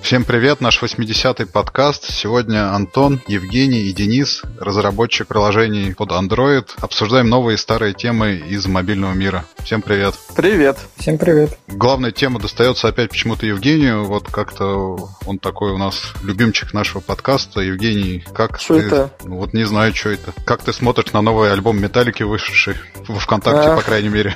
Всем привет, наш 80-й подкаст. Сегодня Антон, Евгений и Денис, разработчик приложений под Android. Обсуждаем новые и старые темы из мобильного мира. Всем привет. Привет. Всем привет. Главная тема достается опять почему-то Евгению. Вот как-то он такой у нас любимчик нашего подкаста. Евгений, как что ты... это? Вот не знаю, что это. Как ты смотришь на новый альбом Металлики, вышедший во ВКонтакте, по крайней мере?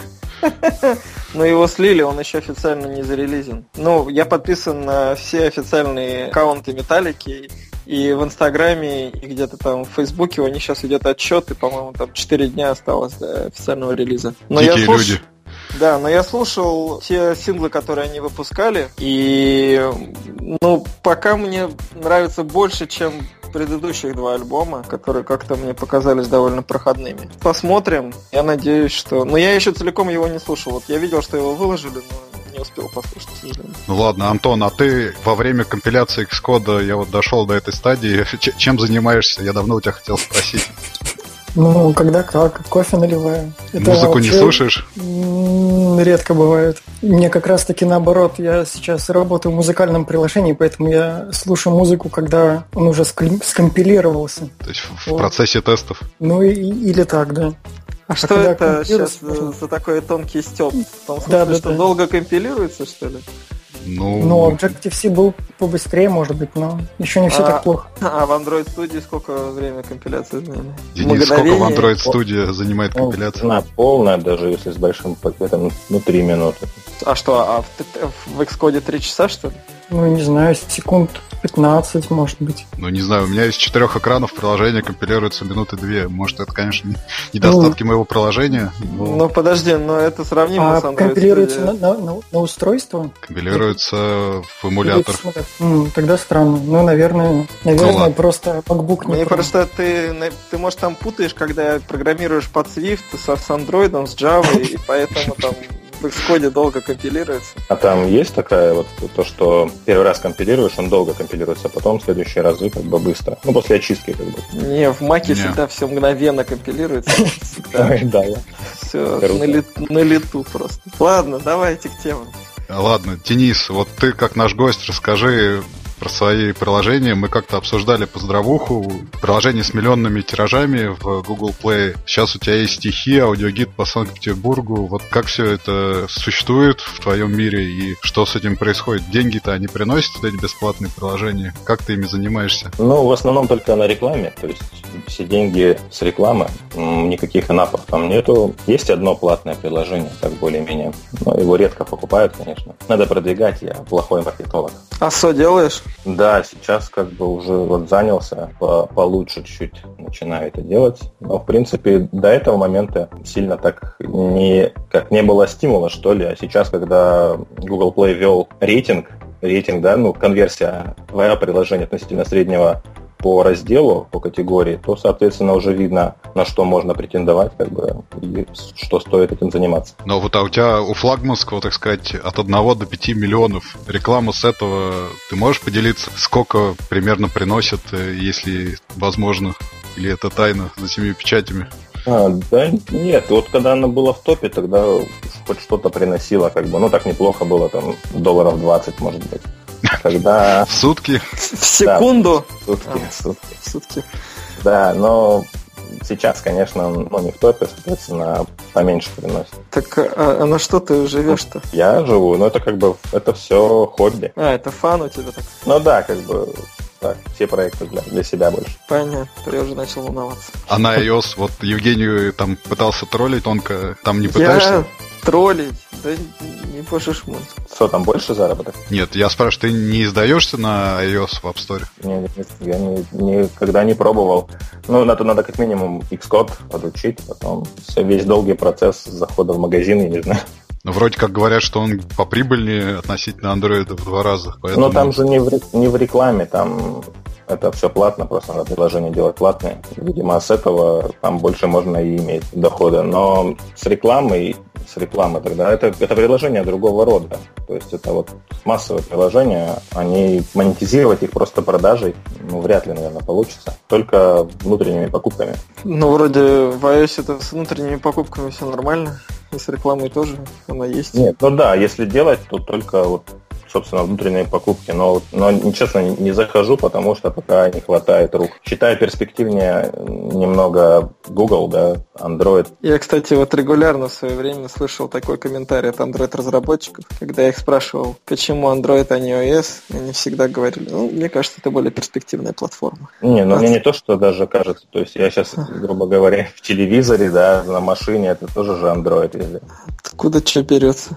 Ну, его слили, он еще официально не зарелизен. Ну, я подписан на все официальные аккаунты Металлики, и в Инстаграме, и где-то там в Фейсбуке у них сейчас идет отчет, и, по-моему, там 4 дня осталось до официального релиза. Но Дикие люди. Да, но я слушал те синглы, которые они выпускали, и, ну, пока мне нравится больше, чем предыдущих два альбома, которые как-то мне показались довольно проходными. Посмотрим. Я надеюсь, что... Но я еще целиком его не слушал. Вот я видел, что его выложили, но не успел послушать, к сожалению. Ну ладно, Антон, а ты во время компиляции Xcode, я вот дошел до этой стадии, чем занимаешься? Я давно у тебя хотел спросить. Ну, когда как, кофе наливаю. Музыку не слушаешь? Редко бывает. Мне как раз-таки наоборот, я сейчас работаю в музыкальном приложении, поэтому я слушаю музыку, когда он уже скомпилировался. То есть в процессе тестов? Ну, или так, да. А что это сейчас за такой тонкий стёб? В том смысле, что долго компилируется, что ли? Ну, Objective-C был побыстрее, может быть, но еще не все так плохо. А в Android Studio сколько время компиляции занимает? Денис, сколько в Android Studio занимает компиляция? На полная, даже если с большим пакетом, 3 минуты. А что, в Xcode 3 часа, что ли? Ну, не знаю, секунд 15, может быть. Ну, не знаю, у меня из 4 экранов приложение компилируется минуты 2. Может, это, конечно, недостатки моего приложения. Ну, подожди, но это сравнимо с Android. Компилируется на устройство? Компилируется в эмулятор. Тогда странно. Ну, наверное, просто MacBook не... Мне просто ты, может, там путаешь, когда программируешь под Swift с Android, с Java, и поэтому там... в Xcode долго компилируется. А там есть такая вот то, что первый раз компилируешь, он долго компилируется, а потом в следующие разы как бы быстро. Ну, после очистки как бы. Не, в Маке всегда все мгновенно компилируется. Да. Все на лету просто. Ладно, давайте к темам. Ладно, Денис, вот ты как наш гость расскажи про свои приложения. Мы как-то обсуждали поздравуху. Приложение с миллионными тиражами в Google Play. Сейчас у тебя есть стихи, аудиогид по Санкт-Петербургу. Вот как все это существует в твоем мире и что с этим происходит? Деньги-то они приносят, эти бесплатные приложения? Как ты ими занимаешься? Ну, в основном только на рекламе. То есть все деньги с рекламы. Никаких инапов там нету. Есть одно платное приложение, так более-менее. Но его редко покупают, конечно. Надо продвигать, я плохой маркетолог. А что делаешь? Да, сейчас как бы уже вот занялся, получше чуть начинаю это делать. Но, в принципе, до этого момента сильно так не было стимула, что ли. А сейчас, когда Google Play ввел рейтинг, да, ну, конверсия твоего приложения относительно среднего по разделу, по категории, то, соответственно, уже видно, на что можно претендовать, как бы, и что стоит этим заниматься. Но вот у тебя у флагманского, так сказать, от 1 до 5 миллионов реклама с этого, ты можешь поделиться, сколько примерно приносит, если возможно, или это тайна за 7 печатями? Да нет, вот когда она была в топе, тогда хоть что-то приносило, как бы, ну так неплохо было, там, $20, может быть. Когда... В сутки? В секунду? Да, в сутки. Да, но сейчас, конечно, не в топе, соответственно, поменьше приносит. Так, а на что ты живешь-то? Я живу, но это как бы, это все хобби. Это фан у тебя так? Ну да, как бы, так, все проекты для себя больше. Понятно, я уже начал волноваться. А на iOS, вот Евгению там пытался троллить тонко, там не пытаешься? Троллить? Да не боже ж мой. Что, там больше заработок? Нет, я спрашиваю, ты не издаешься на iOS в App Store? Нет, я никогда не пробовал. Ну, надо как минимум Xcode подучить, потом весь долгий процесс захода в магазин, я не знаю. Ну, вроде как говорят, что он поприбыльнее относительно Android в 2 раза. Поэтому... Но там же не в рекламе, там это все платно, просто надо приложение делать платное. Видимо, с этого там больше можно и иметь дохода. Но с рекламой тогда это приложение другого рода. То есть это вот массовые приложения, они монетизировать их просто продажей, вряд ли, наверное, получится. Только внутренними покупками. Ну, вроде в iOS это с внутренними покупками все нормально. И с рекламой тоже она есть. Нет, ну да, если делать, то только вот собственно, внутренние покупки. Но честно, не захожу, потому что пока не хватает рук. Считаю перспективнее немного Google, да, Android. Я, кстати, вот регулярно в свое время слышал такой комментарий от Android-разработчиков, когда я их спрашивал, почему Android, а не iOS, они всегда говорили, мне кажется, это более перспективная платформа. Мне не то, что даже кажется. То есть я сейчас, грубо говоря, в телевизоре, да, на машине, это тоже же Android. Или... Откуда что берется?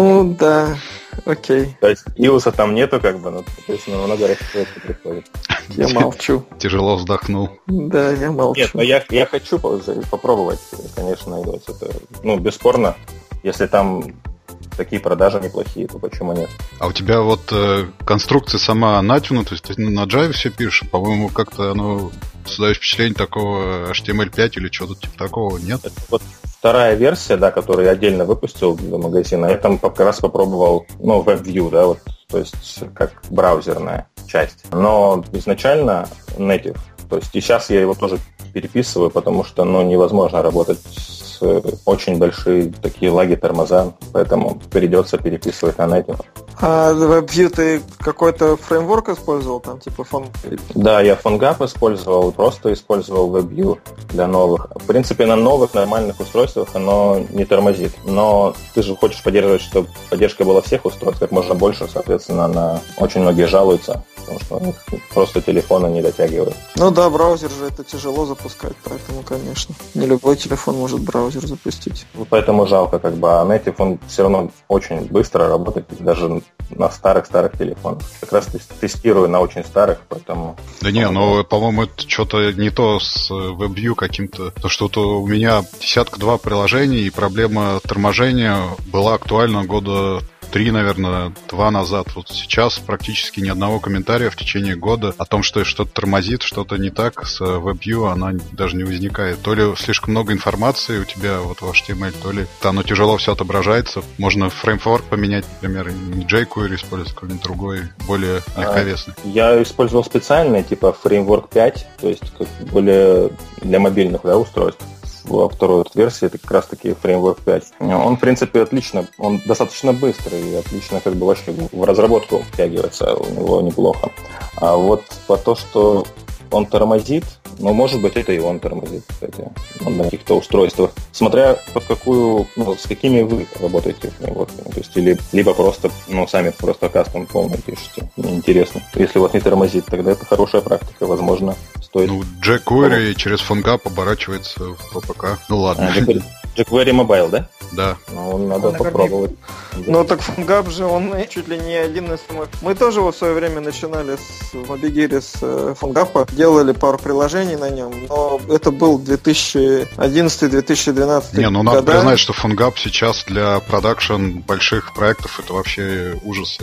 Да, окей. То есть iOS там нету, как бы, то есть много расстройств приходит. Я молчу. Тяжело вздохнул. Да, я молчу. Нет, но я хочу попробовать, конечно, iOS. Это, бесспорно, если там такие продажи неплохие, то почему нет? А у тебя вот конструкция сама натянута, то есть ты на Java все пишешь, по-моему, как-то оно создает впечатление такого HTML5 или что-то типа такого, нет? Это вот вторая версия, да, которую я отдельно выпустил для магазина, я там как раз попробовал, WebView, да, вот, то есть как браузерная часть. Но изначально native, то есть и сейчас я его тоже переписываю, потому что, невозможно работать с очень большие такие лаги, тормоза, поэтому придется переписывать на native. А WebView ты какой-то фреймворк использовал, там, типа PhoneGap? Да, я PhoneGap использовал, просто использовал WebView для новых. В принципе, на новых нормальных устройствах оно не тормозит. Но ты же хочешь поддерживать, чтобы поддержка была всех устройств, как можно больше, соответственно, очень многие жалуются, потому что у них просто телефоны не дотягивают. Да, браузер же это тяжело запускать, поэтому, конечно, не любой телефон может браузер запустить. Поэтому жалко, а Native, он все равно очень быстро работает, даже на старых телефонах. Как раз тестирую на очень старых, поэтому... Да не, по-моему, это что-то не то с WebView каким-то. То, что у меня 52 приложений, и проблема торможения была актуальна года 3, наверное, 2 назад. Вот сейчас практически ни одного комментария в течение года о том, что что-то тормозит, что-то не так с WebView, она даже не возникает. То ли слишком много информации у тебя вот в HTML, то ли оно тяжело все отображается. Можно фреймворк поменять, например, не jQuery использовать, какой-нибудь другой, более легковесный. Я использовал специальный, типа Framework 5, то есть как более для мобильных устройств. Во второй версии это как раз таки Framework 5. Он, в принципе, отлично, он достаточно быстрый и отлично вообще в разработку втягивается, у него неплохо. А вот по то, что он тормозит, может быть, это и он тормозит, кстати, на каких-то устройствах. Смотря под какую, с какими вы работаете фреймворками. То есть, либо просто, сами просто кастом полный пишете. Мне интересно. Если у вас не тормозит, тогда это хорошая практика, возможно, стоит. jQuery через PhoneGap оборачивается в ППК. Ладно. jQuery Mobile, да? Да. Надо попробовать. Так PhoneGap же, он чуть ли не один из самых... Мы тоже в свое время начинали в Мобигире с PhoneGap, делали пару приложений на нем, но это был 2011-2012 надо признать, что PhoneGap сейчас для продакшн больших проектов это вообще ужас.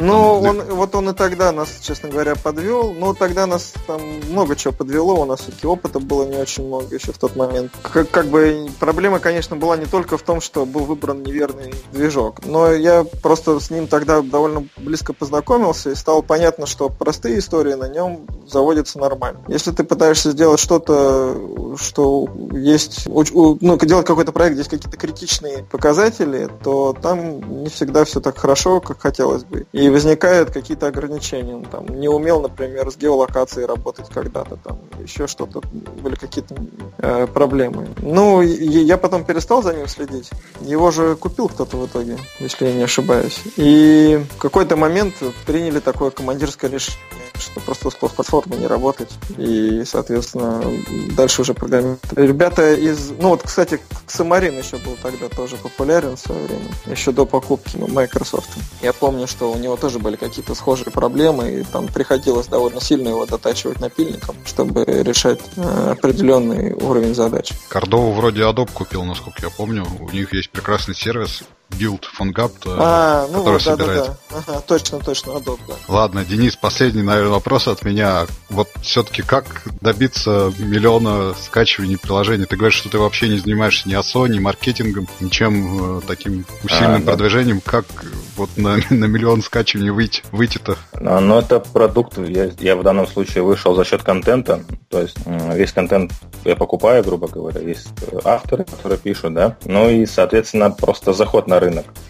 Он и тогда нас, честно говоря, подвел, но тогда нас там много чего подвело, у нас все-таки опыта было не очень много еще в тот момент. Проблема, конечно, была не только в том, что был выбран неверный движок, но я просто с ним тогда довольно близко познакомился, и стало понятно, что простые истории на нем заводятся нормально. Если ты пытаешься сделать что-то, что есть, делать какой-то проект, где есть какие-то критичные показатели, то там не всегда все так хорошо, как хотелось бы. И возникают какие-то ограничения. Он там не умел, например, с геолокацией работать когда-то, там еще что-то, были какие-то проблемы. Я потом перестал за ним следить. Его же купил кто-то в итоге, если я не ошибаюсь. И в какой-то момент приняли такое командирское решение, что просто с платформой не работать. И, соответственно, дальше уже программировать. Ребята из... кстати, Xamarin еще был тогда тоже популярен в свое время, еще до покупки Microsoft. Я помню, что у него тоже были какие-то схожие проблемы, и там приходилось довольно сильно его дотачивать напильником, чтобы решать определенный уровень задач. Кордову вроде Adobe купил, насколько я помню. У них есть прекрасный сервис Build PhoneGap, который собирает. Да. Ага, точно, Adobe, да. Ладно, Денис, последний, наверное, вопрос от меня. Вот все-таки как добиться миллиона скачиваний приложений? Ты говоришь, что ты вообще не занимаешься ни SEO, ни маркетингом, ничем таким усиленным продвижением. Как вот на миллион скачиваний выйти-то? Это продукт. Я в данном случае вышел за счет контента. То есть весь контент я покупаю, грубо говоря. Есть авторы, которые пишут, да. И, соответственно, просто заход на рынок.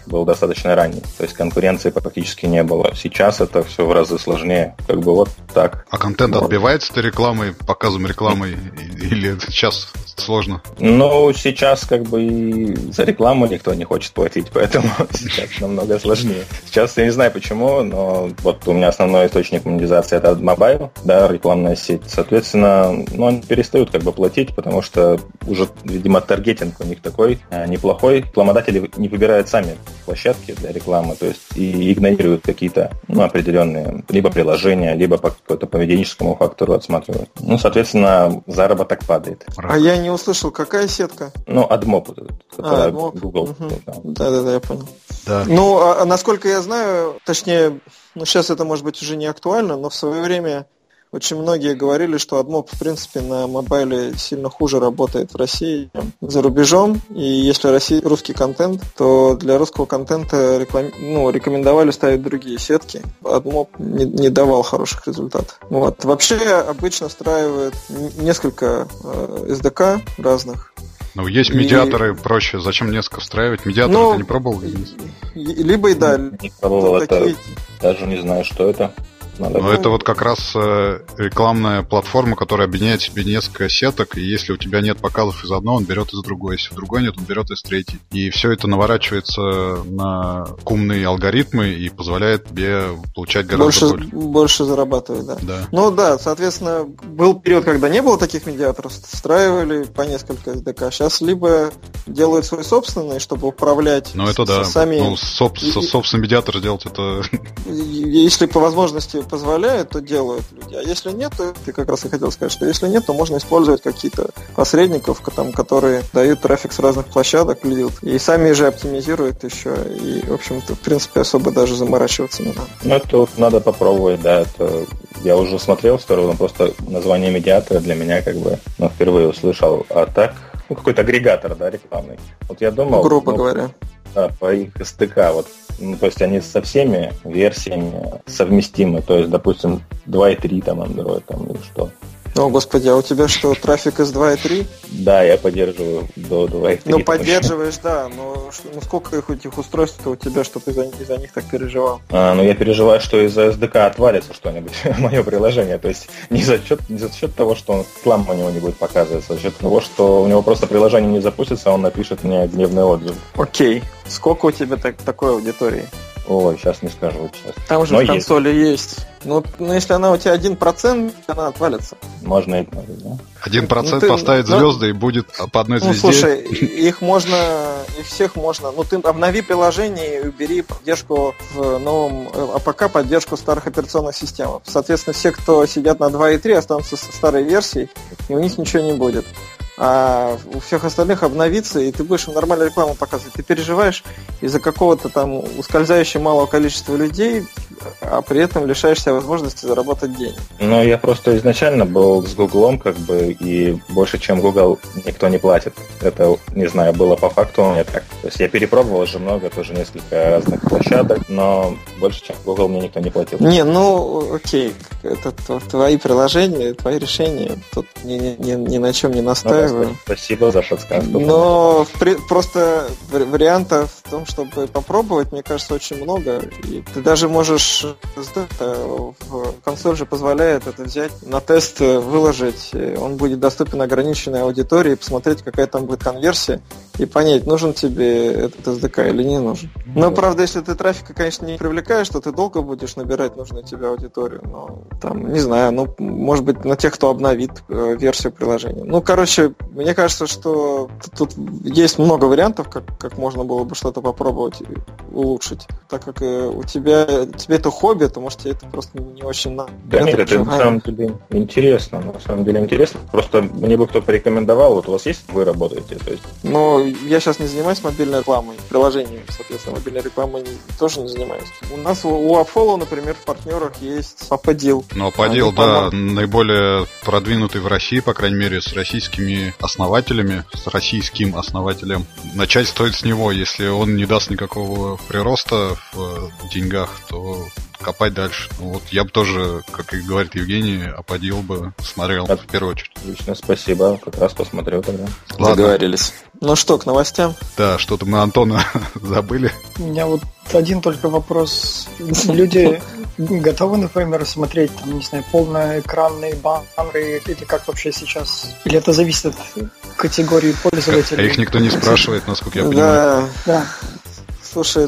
был достаточно ранний. То есть конкуренции практически не было. Сейчас это все в разы сложнее. Как бы вот так. А контент отбивается-то рекламой, показом рекламы, или сейчас сложно? Ну, сейчас как бы и за рекламу никто не хочет платить, поэтому сейчас намного сложнее. Сейчас я не знаю почему, но вот у меня основной источник монетизации — это Mobile, да, рекламная сеть. Соответственно, они перестают как бы платить, потому что уже, видимо, таргетинг у них такой неплохой. Рекламодатели не выбирают сами площадки для рекламы, то есть и игнорируют какие-то определенные либо приложения, либо по какому-то поведенческому фактору отсматривают. Ну, соответственно, заработок падает. А я не услышал, какая сетка? Ну, AdMob, которая AdMob. Google. Угу. Да, я понял. Да. Ну, а насколько я знаю, точнее, сейчас это может быть уже не актуально, но в свое время очень многие говорили, что AdMob, в принципе, на мобайле сильно хуже работает в России, чем за рубежом. И если русский контент, то для русского контента рекомендовали ставить другие сетки. AdMob не давал хороших результатов. Вот. Вообще, обычно встраивают несколько SDK разных. Ну, есть медиаторы проще. Зачем несколько встраивать? Медиаторы ты не пробовал? Либо и да. Не пробовал, это даже не знаю, что это. Но это вот как раз рекламная платформа, которая объединяет в себе несколько сеток, и если у тебя нет показов из одной, он берет из другой, если в другой нет, он берет из третьей. И все это наворачивается на умные алгоритмы и позволяет тебе получать гораздо больше зарабатывать, да. Ну да, соответственно, был период, когда не было таких медиаторов, встраивали по несколько SDK. Сейчас либо делают свой собственный, чтобы управлять сами... Ну, собственный медиатор сделать это... Если по возможности позволяют, то делают люди. А если нет, то ты как раз и хотел сказать, что если нет, то можно использовать какие-то посредников, которые дают трафик с разных площадок, льют, и сами же оптимизируют еще. И, в общем-то, в принципе, особо даже заморачиваться не надо. Ну, это вот надо попробовать, да. Это я уже смотрел в сторону, просто название медиатора для меня как бы впервые услышал. А так, какой-то агрегатор, да, рекламный. Вот я думал... Грубо говоря. Да, по их SDK, вот, то есть они со всеми версиями совместимы, то есть, допустим, 2.3 там Android там или что. О, господи, а у тебя что, трафик из 2.3? Да, я поддерживаю до 2.3. Ну, поддерживаешь, да, но сколько этих устройств у тебя, чтобы из-за них так переживал? Ну, я переживаю, что из-за SDK отвалится что-нибудь, мое приложение, то есть не за счет того, что реклама у него не будет показываться, а за счет того, что у него просто приложение не запустится, а он напишет мне гневный отзыв. Окей, сколько у тебя такой аудитории? Ой, сейчас не скажу, сейчас. Там же в консоли есть. Ну, если она у тебя 1%, она отвалится. Можно и так, да? 1% поставить звезды и будет по одной звезде. Ну, слушай, их всех можно. Ну, ты обнови приложение и убери поддержку в новом АПК, поддержку старых операционных систем. Соответственно, все, кто сидят на 2.3, останутся со старой версией, и у них ничего не будет. А у всех остальных обновиться, и ты будешь им нормальную рекламу показывать. Ты переживаешь из-за какого-то там ускользающего малого количества людей, а при этом лишаешься возможности заработать денег. Ну, я просто изначально был с Гуглом, как бы, и больше, чем Google, никто не платит. Это, не знаю, было по факту у меня так. То есть я перепробовал уже много, тоже несколько разных площадок, но больше, чем Google, мне никто не платил. Не, ну, окей, это твои приложения, твои решения, тут ни на чем не настаиваю. Спасибо за подсказку. Но просто вариантов в том, чтобы попробовать, мне кажется, очень много. И ты даже можешь, в консоль же позволяет это взять, на тест выложить. Он будет доступен ограниченной аудитории, посмотреть, какая там будет конверсия, и понять, нужен тебе этот SDK или не нужен. Но, правда, если ты трафика, конечно, не привлекаешь, то ты долго будешь набирать нужную тебе аудиторию. Но, там, не знаю, может быть, на тех, кто обновит версию приложения. Ну, короче, мне кажется, что тут есть много вариантов, как можно было бы что-то попробовать улучшить. Так как тебе это хобби, то, может, тебе это просто не очень надо. Да нет, это на самом деле интересно. Просто мне бы кто порекомендовал, вот у вас есть, вы работаете? То есть... Ну, я сейчас не занимаюсь мобильной рекламой, приложением, соответственно, мобильной рекламой тоже не занимаюсь. У нас у AppFollow, например, в партнерах есть PapaDeal. Ну, PapaDeal, да, наиболее продвинутый в России, по крайней мере, с российскими основателями, с российским основателем. Начать стоит с него. Если он не даст никакого прироста в деньгах, то копать дальше. Ну, вот я бы тоже, как и говорит Евгений, оподил бы, смотрел в первую очередь. Отлично, спасибо. Как раз посмотрю тогда. Ладно. Договорились. Ну что, к новостям? Да, что-то мы Антона забыли. У меня вот один только вопрос. Люди готовы, например, смотреть, там, не знаю, полноэкранные баннеры, или как вообще сейчас? Или это зависит от категории пользователей? А их никто не спрашивает, насколько я понимаю. Да. Слушай,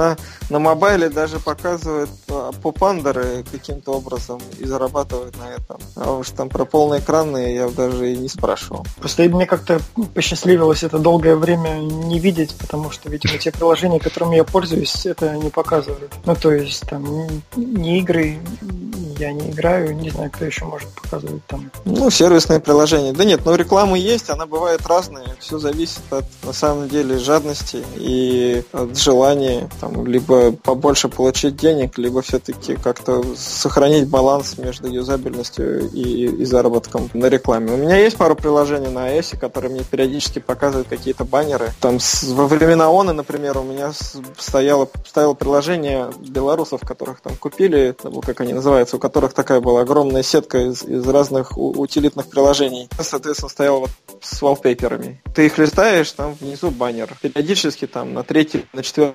на мобайле даже показывают поп-андеры каким-то образом и зарабатывают на этом. А уж там про полноэкранные я даже и не спрашивал. Просто мне как-то посчастливилось это долгое время не видеть, потому что, видимо, те приложения, которыми я пользуюсь, это не показывают. Ну, то есть, там, не игры я не играю, не знаю, кто еще может показывать там. Ну, сервисные приложения. Да нет, но реклама есть, она бывает разная. Все зависит от, на самом деле, жадности и от желания там, либо побольше получить денег, либо все-таки как-то сохранить баланс между юзабельностью и заработком на рекламе. У меня есть пару приложений на iOS, которые мне периодически показывают какие-то баннеры. Там во времена ОНы, например, у меня стояло приложение белорусов, которых там купили, как они называются, у которых такая была огромная сетка из разных утилитных приложений. Соответственно, стояла вот с wallpaper'ами. Ты их листаешь, там внизу баннер. Периодически там на третий, на четвертый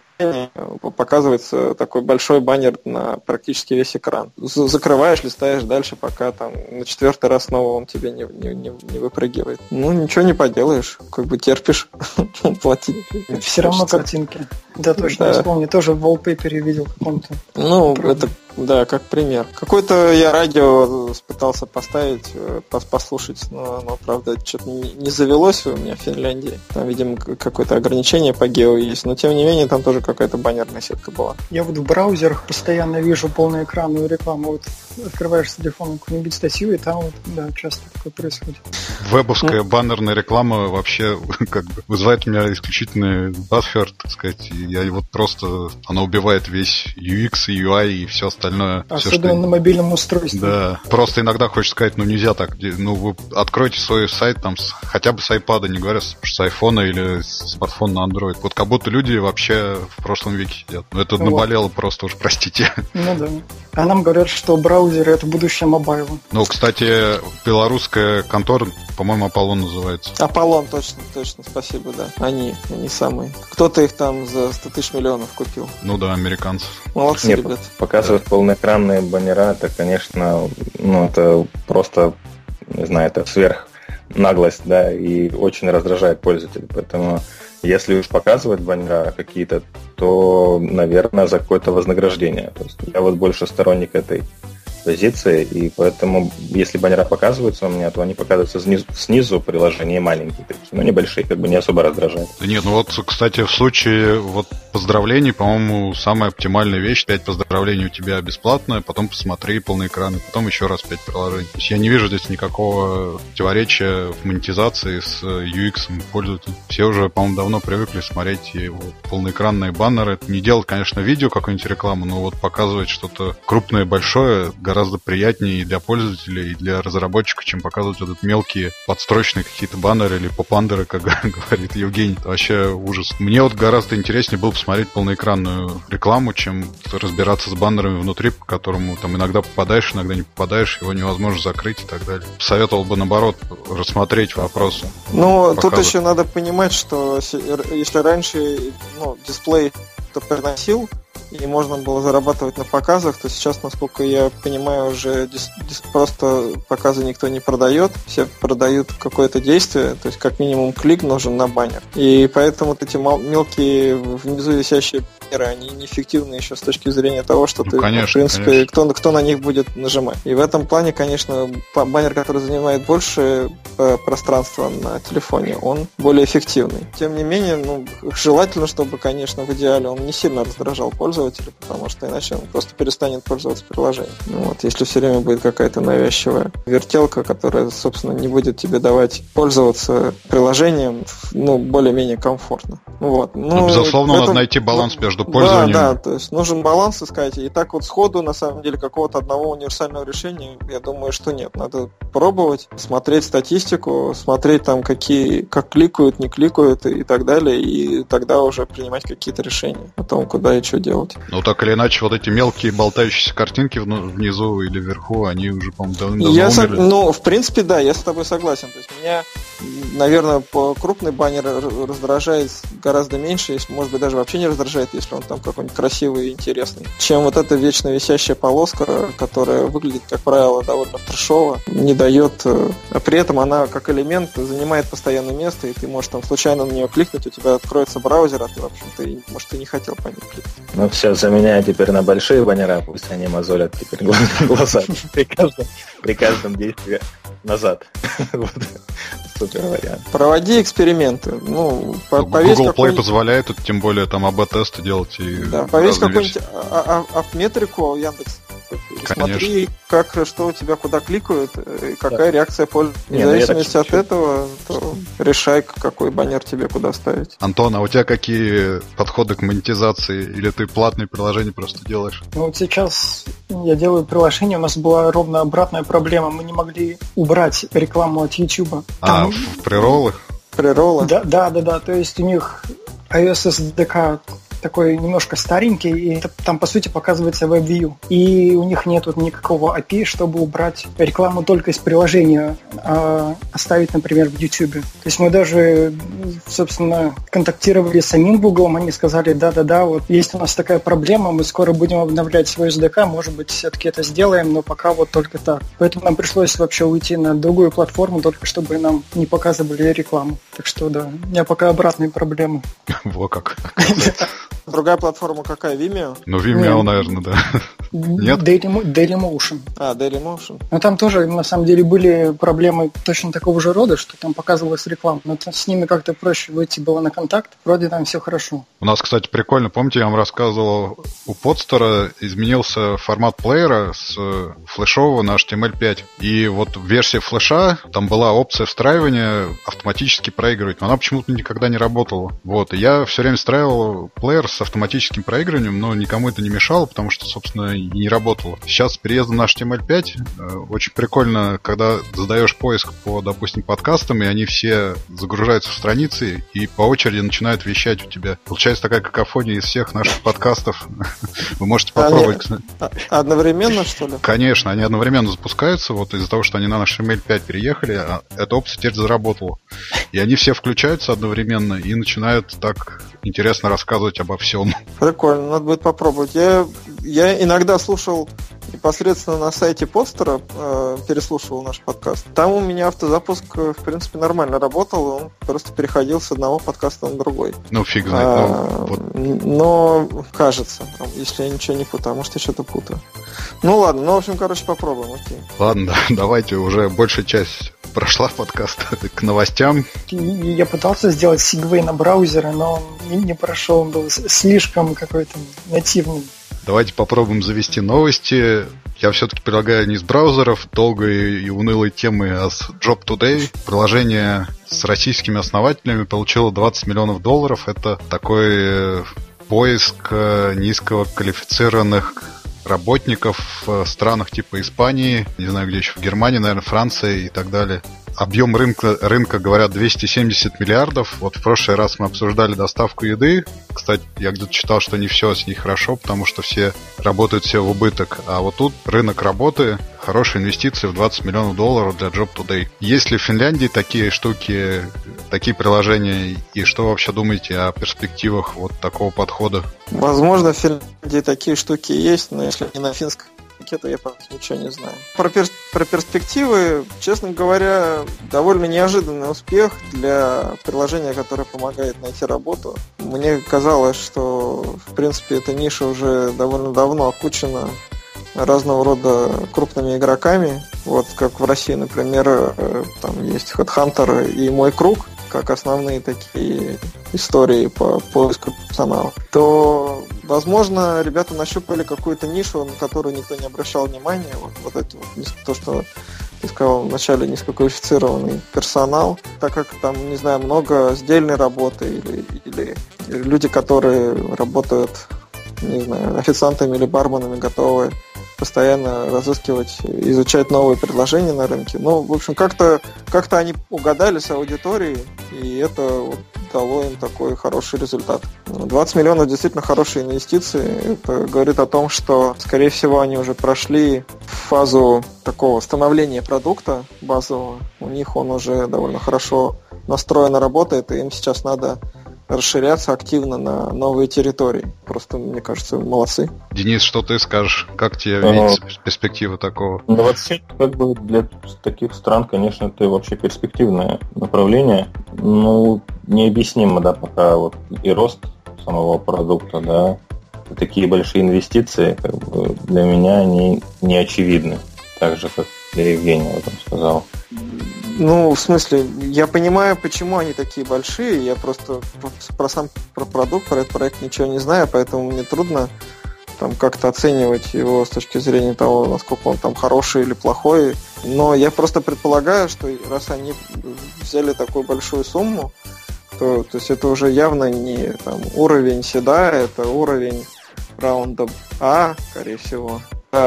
показывается такой большой баннер на практически весь экран. Закрываешь, листаешь дальше, пока там на четвертый раз снова он тебе не выпрыгивает. Ну, ничего не поделаешь, как бы терпишь, плати. Все равно картинки. Да, точно, я вспомню, тоже в wallpaper'е видел каком-то. Ну, это, да, как пример. Какое-то я радио пытался поставить, послушать, но оно, правда, что-то не завелось у меня в Финляндии. Там, видимо, какое-то ограничение по гео есть, но, тем не менее, там тоже какая-то баннерная сетка была. Я вот в браузерах постоянно вижу полноэкранную рекламу. Вот открываешь с телефона какую-нибудь статью, и там вот, да, часто такое происходит. Вебовская баннерная реклама вообще как бы вызывает у меня исключительный buzzer, так сказать. И я вот просто... Она убивает весь UX и UI и все остальное. Особенно на мобильном устройстве. Да. Просто иногда хочешь сказать, ну нельзя так. Ну вы откройте свой сайт там хотя бы с iPad, не говоря с айфона или с смартфона на Android. Вот как будто люди вообще в прошлом веке сидят. Ну это наболело просто уж, простите. Ну да. А нам говорят, что браузеры — это будущее мобайла. Ну, кстати, белорусская контора, по-моему, Аполлон называется. Аполлон, точно, спасибо, да. Они самые. Кто-то их там за 100 тысяч миллионов купил. Ну да, американцы. Молодцы, ребят. Показывать полноэкранные баннера, это, конечно, ну, это просто, не знаю, это сверхнаглость, да, и очень раздражает пользователей. Поэтому, если уж показывать баннера какие-то, то, наверное, за какое-то вознаграждение. То есть я вот больше сторонник этой позиции, и поэтому, если баннера показываются у меня, то они показываются снизу приложения маленькие, такие, но небольшие, как бы не особо раздражают. Да нет, ну вот, кстати, в случае вот поздравлений, по-моему, самая оптимальная вещь: 5 поздравлений у тебя бесплатно, потом посмотри полный экран, и потом еще раз 5 приложений. То есть я не вижу здесь никакого противоречия в монетизации с UX пользователя. Все уже, по-моему, давно привыкли смотреть и вот полноэкранные баннеры. Не делать, конечно, видео, какую-нибудь рекламу, но вот показывать что-то крупное, большое гораздо приятнее и для пользователей, и для разработчиков, чем показывать вот мелкие подстрочные какие-то баннеры или поп-андеры, как говорит Евгений. Это вообще ужас. Мне вот гораздо интереснее было посмотреть полноэкранную рекламу, чем разбираться с баннерами внутри, по которому там иногда попадаешь, иногда не попадаешь, его невозможно закрыть и так далее. Советовал бы, наоборот, рассмотреть вопрос. Ну, тут еще надо понимать, что если раньше дисплей приносил, и можно было зарабатывать на показах, то сейчас, насколько я понимаю, уже просто показы никто не продает, все продают какое-то действие, то есть как минимум клик нужен на баннер. И поэтому эти мелкие внизу висящие баннеры, они неэффективны еще с точки зрения того, что ты, конечно, в принципе, кто на них будет нажимать. И в этом плане, конечно, баннер, который занимает больше пространства на телефоне, он более эффективный. Тем не менее, желательно, чтобы, конечно, в идеале он не сильно раздражал пользователя, потому что иначе он просто перестанет пользоваться приложением. Если все время будет какая-то навязчивая вертелка, которая, собственно, не будет тебе давать пользоваться приложением, более-менее комфортно. Безусловно, надо найти баланс между между пользованием. Да, то есть нужен баланс искать. И так вот сходу, на самом деле, какого-то одного универсального решения, я думаю, что нет. Надо пробовать, смотреть статистику, смотреть там, как кликают, не кликают и так далее, и тогда уже принимать какие-то решения о том, куда и что делать. Ну, так или иначе, вот эти мелкие болтающиеся картинки внизу или вверху, они уже, по-моему, давно умерли. Ну, в принципе, да, я с тобой согласен. То есть меня, наверное, крупный баннер раздражает гораздо меньше, может быть, даже вообще не раздражает, если он там какой-нибудь красивый и интересный, чем вот эта вечно висящая полоска, которая выглядит, как правило, довольно трешово, не дает, а при этом она как элемент занимает постоянное место, и ты можешь там случайно на нее кликнуть, у тебя откроется браузер, а ты, в общем-то, может, и не хотел по ней кликнуть. Ну все, заменяю теперь на большие баннера, пусть они мозолят теперь глаза при каждом действии назад. Супер вариант. Проводи эксперименты. Ну, Google Play позволяет, тем более там АБ-тесты делать. Да, повесь какую-нибудь апметрику Яндекс. Смотри, что у тебя куда кликают, и какая реакция пользователя. В зависимости от этого, то решай, какой баннер тебе куда ставить. Антон, а у тебя какие подходы к монетизации? Или ты платные приложения просто делаешь? Ну вот сейчас я делаю приложение, у нас была ровно обратная проблема. Мы не могли убрать рекламу от YouTube. Там... в прероллах? Прероллы? Да. То есть у них iOS SDK такой немножко старенький, и там, по сути, показывается WebView. И у них нет никакого API, чтобы убрать рекламу только из приложения, а оставить, например, в YouTube. То есть мы даже, собственно, контактировали с самим Google, они сказали, да, вот есть у нас такая проблема, мы скоро будем обновлять свой SDK, может быть, все-таки это сделаем, но пока вот только так. Поэтому нам пришлось вообще уйти на другую платформу, только чтобы нам не показывали рекламу. Так что, да, у меня пока обратные проблемы. Во как. Другая платформа какая? Vimeo? Ну, Vimeo, наверное, да. Нет? Dailymotion. Dailymotion. Но там тоже, на самом деле, были проблемы точно такого же рода, что там показывалась реклама. Но с ними как-то проще выйти было на контакт. Вроде там все хорошо. У нас, кстати, прикольно. Помните, я вам рассказывал, у Podster изменился формат плеера с флешового на HTML5. И вот в версии флеша там была опция встраивания автоматически проигрывать. Но она почему-то никогда не работала. Вот. И я все время встраивал плеер с автоматическим проигрыванием, но никому это не мешало, потому что, собственно, и не работало. Сейчас с переездом на HTML5 очень прикольно, когда задаешь поиск по, допустим, подкастам, и они все загружаются в страницы и по очереди начинают вещать у тебя. Получается такая какофония из всех наших подкастов. Вы можете попробовать. Одновременно, что ли? Конечно, они одновременно запускаются, вот из-за того, что они на HTML5 переехали, а эта опция теперь заработала. И они все включаются одновременно и начинают так интересно рассказывать обо всем. Прикольно, надо будет попробовать. Я иногда слушал непосредственно на сайте Podster, переслушивал наш подкаст. Там у меня автозапуск, в принципе, нормально работал, он просто переходил с одного подкаста на другой. Ну, фиг знает. Но кажется, если я ничего не путаю, может, я что-то путаю. Ну, ладно, в общем, попробуем, окей. Ладно, давайте, уже большая часть прошла подкаста к новостям. Я пытался сделать сегвей на браузере, но он не прошел, он был слишком какой-то нативный. Давайте попробуем завести новости. Я все-таки предлагаю не с браузеров, долгой и унылой темы, а с Job Today. Приложение с российскими основателями получило $20 миллионов. Это такой поиск низкоквалифицированных работников в странах типа Испании, не знаю где еще, в Германии, наверное, Франции и так далее. Объем рынка, говорят, 270 миллиардов. Вот в прошлый раз мы обсуждали доставку еды. Кстати, я где-то читал, что не все с ней хорошо, потому что все работают все в убыток. А вот тут рынок работы, хорошие инвестиции в $20 миллионов для Job Today. Есть ли в Финляндии такие штуки, такие приложения? И что вообще думаете о перспективах вот такого подхода? Возможно, в Финляндии такие штуки есть, но если не на финском, то я пока ничего не знаю. Про перспективы, честно говоря, довольно неожиданный успех для приложения, которое помогает найти работу. Мне казалось, что, в принципе, эта ниша уже довольно давно окучена разного рода крупными игроками. Вот как в России, например, там есть HeadHunter и Мой Круг, как основные такие истории по поиску персонала, то, возможно, ребята нащупали какую-то нишу, на которую никто не обращал внимания. Вот это вот, то, что ты сказал вначале, низкоквалифицированный персонал, так как там, не знаю, много сдельной работы или люди, которые работают, не знаю, официантами или барменами, готовы постоянно разыскивать, изучать новые предложения на рынке. Ну, в общем, как-то они угадали с аудиторией, и это вот дало им такой хороший результат. 20 миллионов действительно хорошие инвестиции. Это говорит о том, что, скорее всего, они уже прошли фазу такого становления продукта базового. У них он уже довольно хорошо настроенно работает, и им сейчас надо расширяться активно на новые территории. Просто, мне кажется, молодцы. Денис, что ты скажешь? Как тебе видится перспектива такого? Ну, вообще, как бы для таких стран, конечно, это вообще перспективное направление. Ну, необъяснимо, да, пока вот и рост самого продукта, да, и такие большие инвестиции, как бы, для меня они не очевидны. Так же, как для Евгения об этом сказал. Ну, в смысле, я понимаю, почему они такие большие, я просто про продукт, про этот проект ничего не знаю, поэтому мне трудно там как-то оценивать его с точки зрения того, насколько он там хороший или плохой. Но я просто предполагаю, что раз они взяли такую большую сумму, то есть это уже явно не там, уровень седа, это уровень раунда А, скорее всего.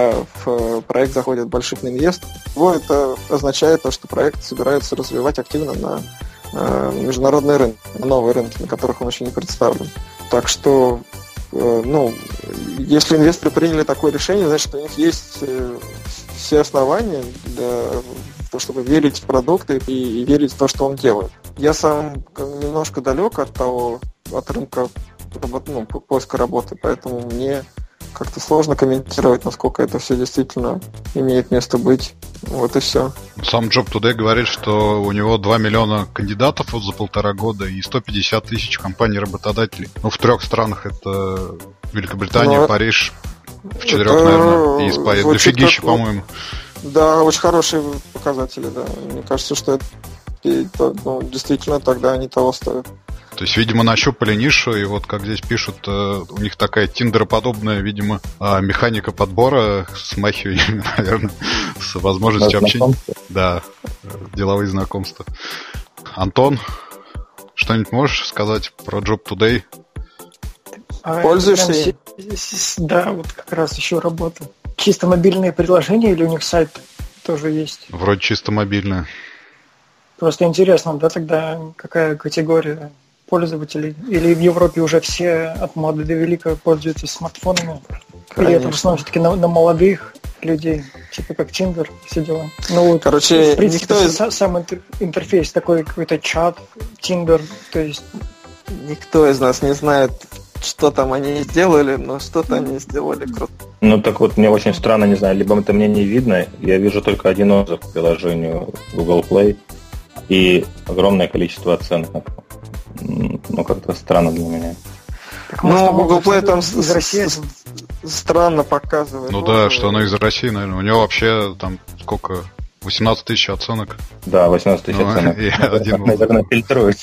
В проект заходит большой инвест, это означает то, что проект собирается развивать активно на международные рынки, на новые рынки, на которых он еще не представлен. Так что, ну, если инвесторы приняли такое решение, значит, у них есть все основания для того, чтобы верить в продукт и верить в то, что он делает. Я сам немножко далек от рынка поиска работы, поэтому мне как-то сложно комментировать, насколько это все действительно имеет место быть. Вот и все. Сам Job Today говорит, что у него 2 миллиона кандидатов вот за 1,5 года и 150 тысяч компаний-работодателей. Ну, в 3 странах. Это Великобритания, Париж, в 4, наверное, и Испания. Дофигища, по-моему. Да, очень хорошие показатели, да. Мне кажется, что это действительно тогда они того стоят. То есть, видимо, нащупали нишу, и вот, как здесь пишут, у них такая тиндероподобная, видимо, механика подбора, смахивающая, наверное, с возможностью общения. Да, деловые знакомства. Антон, что-нибудь можешь сказать про Job Today? Пользуешься? Да, вот как раз еще работа. Чисто мобильные приложения или у них сайт тоже есть? Вроде чисто мобильное. Просто интересно, да, тогда какая категория пользователей? Или в Европе уже все от мала до велика пользуются смартфонами? Конечно. Или это в основном все-таки на молодых людей, типа как Tinder, все дела? Ну, короче, в принципе, сам интерфейс такой, какой-то чат, Tinder, то есть... Никто из нас не знает, что там они сделали, но что-то они сделали круто. Ну так вот, мне очень странно, не знаю, либо это мне не видно, я вижу только один отзыв к приложению Google Play и огромное количество оценок. Ну, как-то странно для меня. Так, может, Google Play там из России странно показывает. Ну да, что оно из России, наверное. У него вообще там сколько? 18 тысяч оценок. Да, 18 тысяч оценок. Наверное, фильтрует.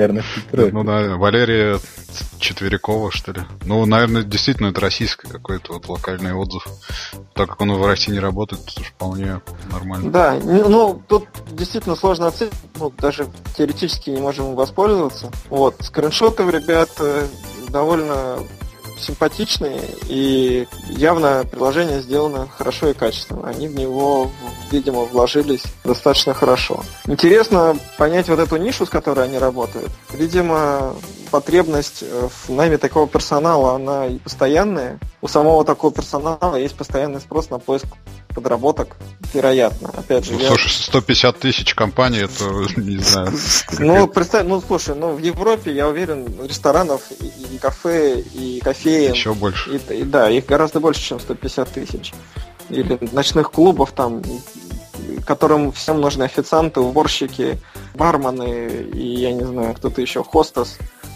Ну да, Валерия Четверякова, что ли. Ну, наверное, действительно, это российский какой-то вот локальный отзыв. Так как он в России не работает, то вполне нормально. Да, ну, тут действительно сложно оценить. Ну, даже теоретически не можем им воспользоваться. Вот, скриншоты у ребят довольно симпатичные, и явно приложение сделано хорошо и качественно. Они в него, видимо, вложились достаточно хорошо. Интересно понять вот эту нишу, с которой они работают. Видимо, потребность в найме такого персонала, она и постоянная. У самого такого персонала есть постоянный спрос на поиск подработок, вероятно. Опять же, слушай, 150 тысяч компаний, это, не знаю. Ну, представь, слушай, в Европе, я уверен, ресторанов и кафе, и кофеен. Еще больше. Да, их гораздо больше, чем 150 тысяч. Или ночных клубов там, которым всем нужны официанты, уборщики, бармены и, я не знаю, кто-то еще, хостес.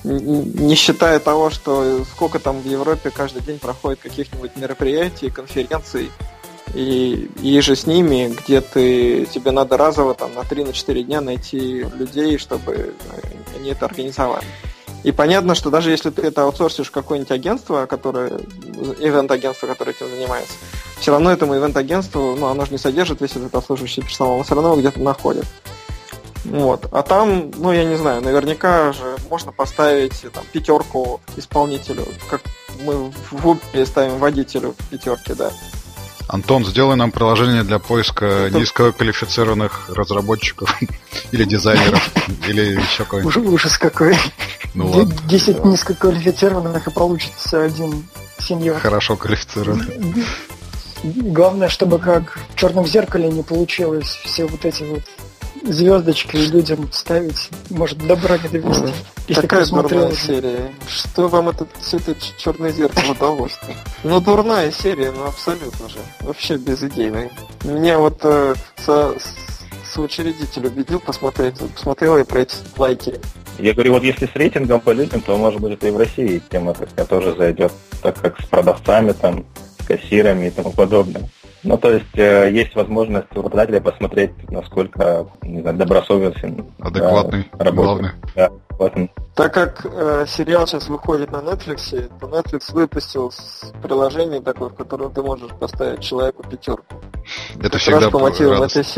Не считая того, что сколько там в Европе каждый день проходит каких-нибудь мероприятий, конференций, и же с ними, где тебе надо разово там, на 3-4 дня найти людей, чтобы они это организовали. И понятно, что даже если ты это аутсорсишь в какое-нибудь агентство, ивент-агентство, которое этим занимается, все равно этому ивент-агентству, оно же не содержит весь этот обслуживающий персонал, оно все равно его где-то находит. Вот. А там, ну, я не знаю, наверняка же можно поставить там 5 исполнителю, как мы в Uber ставим водителю 5, да. Антон, сделай нам приложение для поиска низкоквалифицированных разработчиков или дизайнеров, или еще кого-нибудь. Ужас какой. Ну ладно. 10 низкоквалифицированных и получится один сеньор. Хорошо квалифицированный. Главное, чтобы как в «Черном зеркале» не получилось все вот эти вот звездочки людям ставить, может, добра не довести. Такая дурная серия. Что вам все это «Черное зеркало» удалось-то? Ну, дурная серия, ну, абсолютно же. Вообще безидейная. Меня вот соучредитель убедил посмотрел я про эти лайки. Я говорю, вот если с рейтингом по людям, то, может быть, это и в России тема такая тоже зайдет, так как с продавцами, там, с кассирами и тому подобное. Ну, то есть, есть возможность у работодателя посмотреть, насколько, не знаю, добросовестен. Адекватный, главный. Да, адекватный. Так как сериал сейчас выходит на Netflix, то Netflix выпустил приложение такое, в котором ты можешь поставить человеку 5. Это как всегда раз по мотивам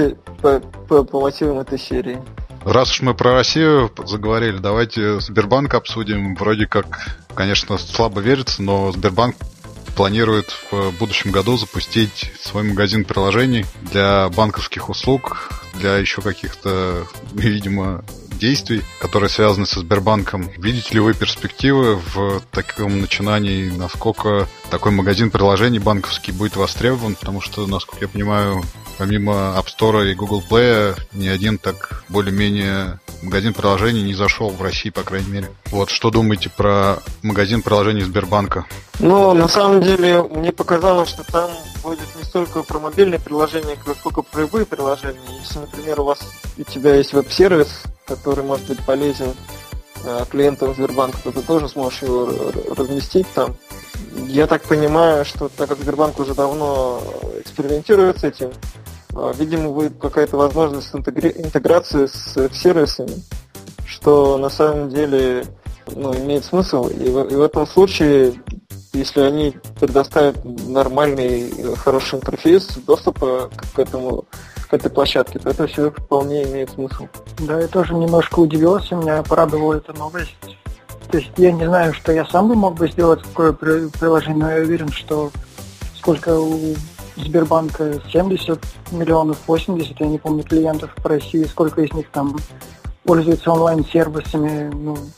радостно. этой серии. Раз уж мы про Россию заговорили, давайте Сбербанк обсудим. Вроде как, конечно, слабо верится, но Сбербанк планирует в будущем году запустить свой магазин приложений для банковских услуг, для еще каких-то, видимо, действий, которые связаны со Сбербанком. Видите ли вы перспективы в таком начинании, насколько такой магазин приложений банковский будет востребован? Потому что, насколько я понимаю, помимо App Store и Google Play, ни один так более-менее магазин приложений не зашел в России, по крайней мере. Вот, что думаете про магазин приложений Сбербанка? Ну, на самом деле, мне показалось, что там будет не столько про мобильные приложения, сколько про любые приложения. Если, например, у тебя есть веб-сервис, который может быть полезен клиентам Сбербанка, то ты тоже сможешь его разместить там. Я так понимаю, что так как Сбербанк уже давно экспериментирует с этим, видимо, будет какая-то возможность интеграции с сервисами, что на самом деле имеет смысл. И в этом случае, если они предоставят нормальный, хороший интерфейс доступа к этой площадке, то это все вполне имеет смысл. Да, я тоже немножко удивился, меня порадовала эта новость. То есть я не знаю, что я сам бы мог бы сделать такое приложение, но я уверен, что сколько у Сбербанка 70 миллионов, 80, я не помню, клиентов в России, сколько из них там пользуются онлайн-сервисами,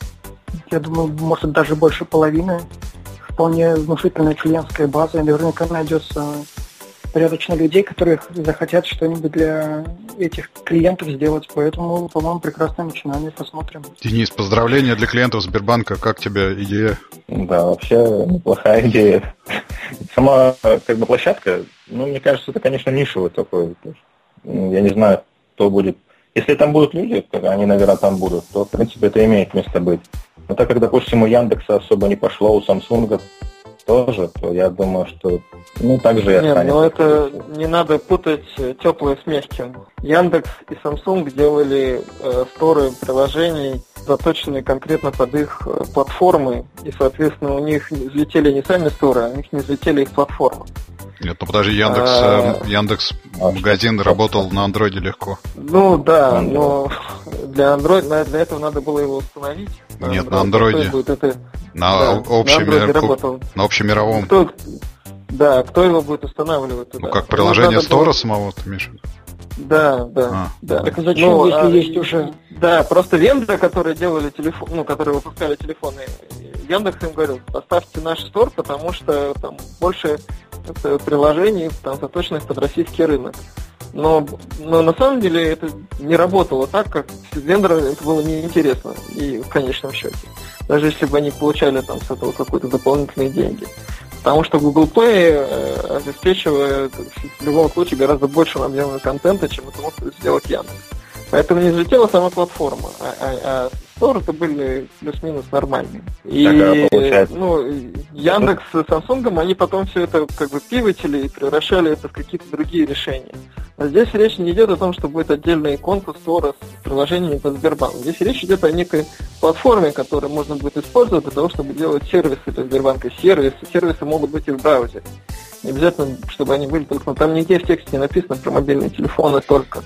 я думаю, может даже больше половины. Вполне внушительная клиентская база, и наверняка найдется порядочно людей, которые захотят что-нибудь для этих клиентов сделать. Поэтому, по-моему, прекрасное начинание. Посмотрим. Денис, поздравления для клиентов Сбербанка. Как тебе идея? Да, вообще неплохая идея. Сама площадка, мне кажется, это, конечно, нишевый такой. Я не знаю, кто будет. Если там будут люди, они, наверное, там будут, то, в принципе, это имеет место быть. Но так как, допустим, у Яндекса особо не пошло, у Самсунга тоже, то я думаю, что так же и останется. Нет, это не надо путать теплое с мягким. Яндекс и Samsung делали сторы приложений, заточенные конкретно под их платформы, и, соответственно, у них взлетели не сами сторы, а у них не взлетели их платформы. Нет, подожди, Яндекс магазин работал на андроиде легко. Да, но для андроида, для этого надо было его установить. Нет, на андроиде. На общемировом. Кто его будет устанавливать туда? Как приложение стора самого, ты имеешь в виду? Да. Так зачем, если есть уже... Да, просто вендоры, которые делали телефон, которые выпускали телефоны, Яндекс им говорил, поставьте наш стор, потому что там больше приложений, там заточенных под российский рынок. Но на самом деле это не работало так, как вендорам это было неинтересно и в конечном счете. Даже если бы они получали там с этого какие-то дополнительные деньги. Потому что Google Play обеспечивает в любом случае гораздо больше объема контента, чем это мог сделать Яндекс. Поэтому не взлетела сама платформа, а сторы-то были плюс-минус нормальные. И Яндекс с Samsung, они потом все это пивотили и превращали это в какие-то другие решения. А здесь речь не идет о том, что будет отдельный конкурс стора с приложениями под Сбербанк. Здесь речь идет о некой платформе, которую можно будет использовать для того, чтобы делать сервисы для Сбербанка. Сервисы могут быть и в браузере. Не обязательно, чтобы они были только... Там нигде в тексте не написано про мобильные телефоны только.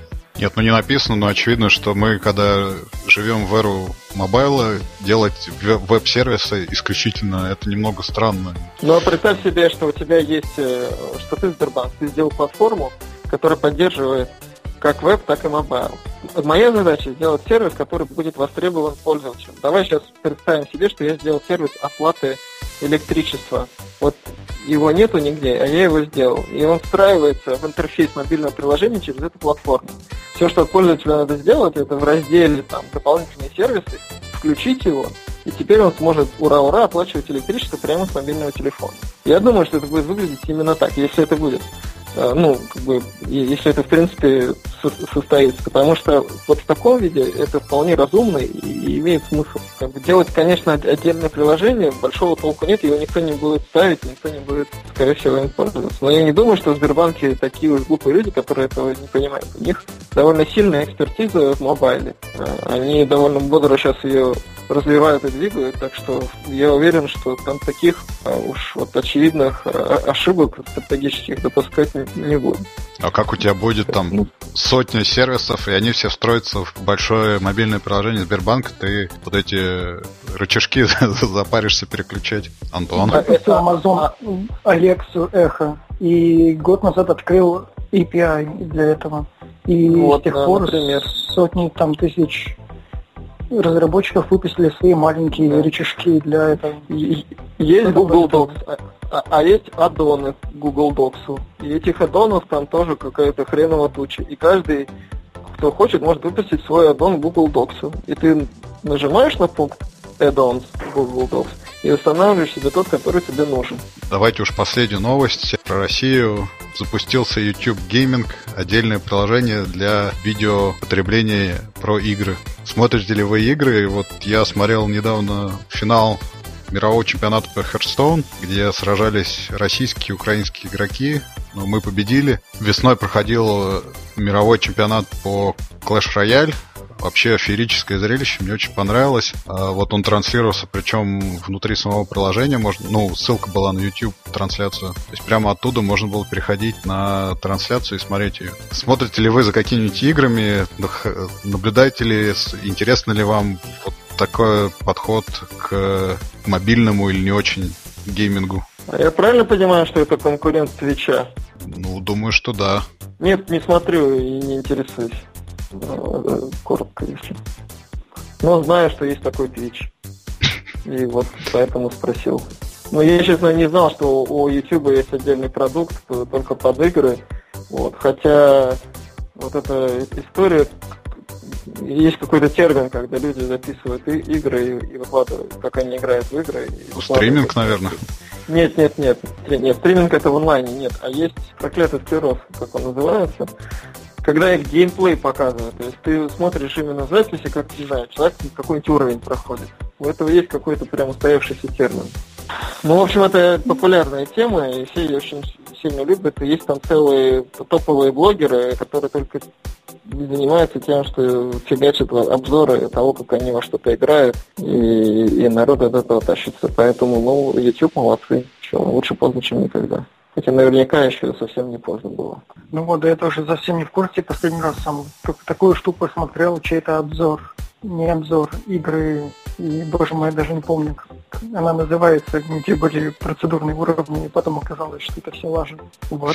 Нет, ну не написано, но очевидно, что мы, когда живем в эру мобайла, делать веб-сервисы исключительно это немного странно. Ну, а представь себе, что у тебя есть, что ты Сбербанк, ты сделал платформу, которая поддерживает как веб, так и мобайл. Моя задача сделать сервис, который будет востребован пользователем. Давай сейчас представим себе, что я сделал сервис оплаты электричества. Вот его нету нигде, а я его сделал. И он встраивается в интерфейс мобильного приложения через эту платформу. Все, что пользователю надо сделать, это в разделе там, дополнительные сервисы, включить его, и теперь он сможет ура-ура оплачивать электричество прямо с мобильного телефона. Я думаю, что это будет выглядеть именно так, если это будет. Ну, как бы, если это, в принципе, состоится. Потому что вот в таком виде это вполне разумно и имеет смысл. Как бы делать, конечно, отдельное приложение, большого толку нет, его никто не будет ставить, никто не будет, скорее всего, им пользоваться. Но я не думаю, что в Сбербанке такие уж глупые люди, которые этого не понимают. У них довольно сильная экспертиза в мобайле. Они довольно бодро сейчас ее развивают и двигают, так что я уверен, что там таких уж вот очевидных ошибок стратегических допускать не буду. А как у тебя будет там сотня сервисов, и они все встроятся в большое мобильное приложение Сбербанка, ты вот эти рычажки запаришься переключать, Антон? Это Amazon Alexa Echo, и год назад открыл API для этого. И вот, с тех пор сотни там тысяч разработчиков выпустили свои маленькие рычажки для этого. Есть Google Docs, а есть аддоны Google Docs. И этих аддонов там тоже какая-то хреновая туча. И каждый, кто хочет, может выпустить свой аддон Google Docs. И ты нажимаешь на пункт Add-ons Google Docs и устанавливаешь себе тот, который тебе нужен. Давайте уж последнюю новость про Россию. Запустился YouTube Gaming, отдельное приложение для видеопотребления про игры. Смотрите ли вы игры? Вот я смотрел недавно финал мирового чемпионата по Hearthstone, где сражались российские и украинские игроки. Но мы победили. Весной проходил мировой чемпионат по Clash Royale. Вообще феерическое зрелище, мне очень понравилось. Вот он транслировался, причем внутри самого приложения. Ссылка была на YouTube трансляцию. То есть прямо оттуда можно было переходить на трансляцию и смотреть ее. Смотрите ли вы за какими-нибудь играми? Наблюдаете ли, интересно ли вам вот такой подход к мобильному или не очень геймингу? Я правильно понимаю, что это конкурент Твича? Думаю, что да. Нет, не смотрю и не интересуюсь. Коротко, если. Но знаю, что есть такой Twitch. И вот поэтому спросил. Но я, честно, не знал, что у YouTube есть отдельный продукт только под игры. Вот. Хотя вот эта история, есть какой-то термин, когда люди записывают игры и выкладывают, как они играют в игры. Стриминг, наверное. Нет, стриминг это в онлайне, нет. А есть проклятый склероз, как он называется, когда их геймплей показывают. То есть ты смотришь именно записи, как, не знаю, человек какой-нибудь уровень проходит. У этого есть какой-то прям устоявшийся термин. В общем, это популярная тема, и все ее очень сильно любят. И есть там целые топовые блогеры, которые только занимаются тем, что фигачат обзоры того, как они во что-то играют, и народ от этого тащится. Поэтому, YouTube молодцы. Лучше поздно, чем никогда. Хотя наверняка еще совсем не поздно было. Да я тоже совсем не в курсе. Последний раз сам такую штуку смотрел, чей-то обзор. Не обзор, игры. И, боже мой, я даже не помню, как она называется, где были процедурные уровни, и потом оказалось, что это все лажа. Вот.